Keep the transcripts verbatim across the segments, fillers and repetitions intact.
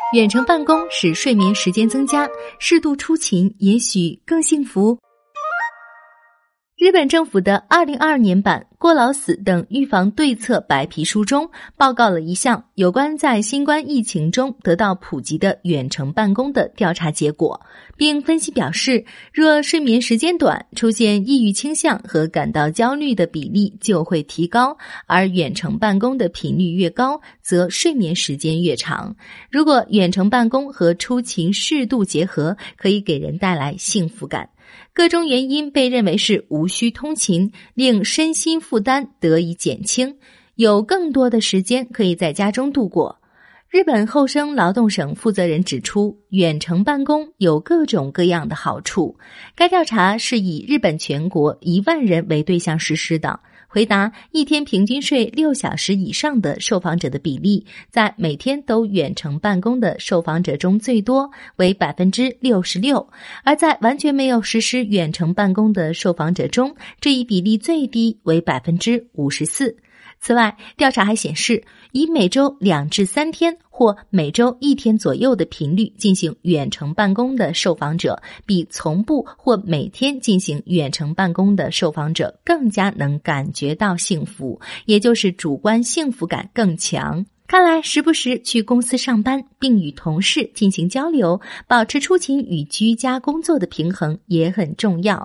远程办公使睡眠时间增加，适度出勤也许更幸福。日本政府的二零二二年版过劳死等预防对策白皮书中报告了一项有关在新冠疫情中得到普及的远程办公的调查结果，并分析表示，若睡眠时间短，出现抑郁倾向和感到焦虑的比例就会提高，而远程办公的频率越高，则睡眠时间越长。如果远程办公和出勤适度结合，可以给人带来幸福感。各种原因被认为是无需通勤，令身心负担得以减轻，有更多的时间可以在家中度过。日本厚生劳动省负责人指出，远程办公有各种各样的好处。该调查是以日本全国一万人为对象实施的。回答一天平均睡六小时以上的受访者的比例，在每天都远程办公的受访者中最多，为 百分之六十六， 而在完全没有实施远程办公的受访者中，这一比例最低，为 百分之五十四。此外，调查还显示，以每周两至三天或每周一天左右的频率进行远程办公的受访者，比从不或每天进行远程办公的受访者更加能感觉到幸福，也就是主观幸福感更强。看来时不时去公司上班，并与同事进行交流，保持出勤与居家工作的平衡也很重要。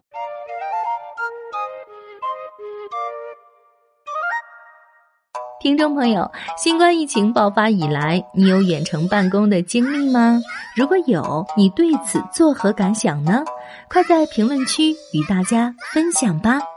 听众朋友，新冠疫情爆发以来，你有远程办公的经历吗？如果有，你对此作何感想呢？快在评论区与大家分享吧。